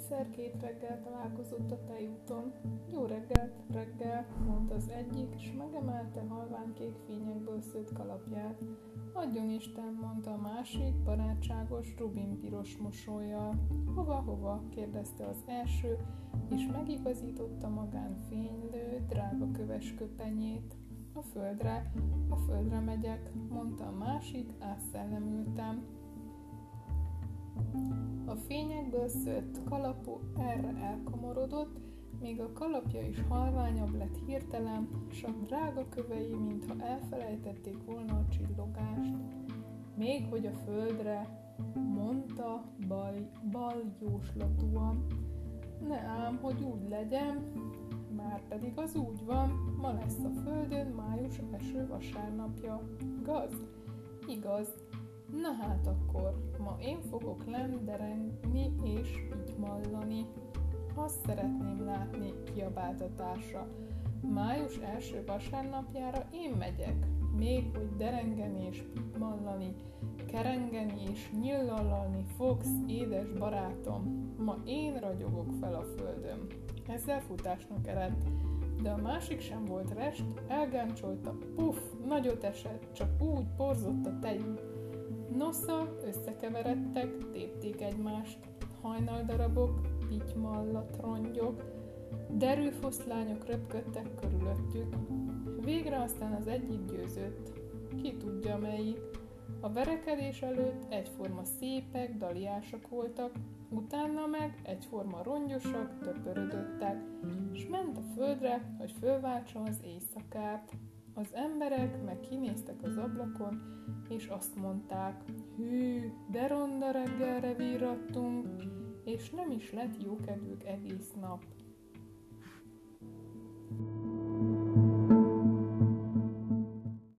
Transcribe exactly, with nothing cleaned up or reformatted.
Egyszer-két reggel találkozott a tejúton. Jó reggelt, reggel, mondta az egyik, és megemelte halványkék fényekből szőtt kalapját. Adjon Isten, mondta a másik, barátságos, rubinpiros mosollyal. Hova, hova? kérdezte az első, és megigazította magán fénylő, drága köves köpenyét. A földre, a földre megyek, mondta a másik, átszellemültem. A fényekből szőtt kalapú erre elkomorodott, még a kalapja is halványabb lett hirtelen, s a drága kövei, mintha elfelejtették volna a csillogást. Még hogy a földre, mondta baj, bal jóslatúan. Ne ám, hogy úgy legyen, már pedig az úgy van, ma lesz a földön május első vasárnapja. Igaz? Igaz. Na hát akkor, ma én fogok lenderengni és pitymallani. Azt szeretném látni, kiabáltatásra. Május első vasárnapjára én megyek, még hogy derengeni és pitymallani, kerengeni és nyillallalni fogsz, édes barátom. Ma én ragyogok fel a földön. Ezzel futásnak eredt, de a másik sem volt rest, elgáncsolta, puff, nagyot esett, csak úgy porzott a tejű. Nosza, összekeveredtek, tépték egymást, hajnaldarabok, pitymallat rongyok, derűfoszlányok röpködtek körülöttük. Végre aztán az egyik győzött, ki tudja melyik. A verekedés előtt egyforma szépek, daliásak voltak, utána meg egyforma rongyosak, töpörödöttek, s ment a földre, hogy fölváltsa az éjszakát. Az emberek meg kinéztek az ablakon, és azt mondták, hű, de ronda reggelre virrattunk, és nem is lett jókedvük egész nap.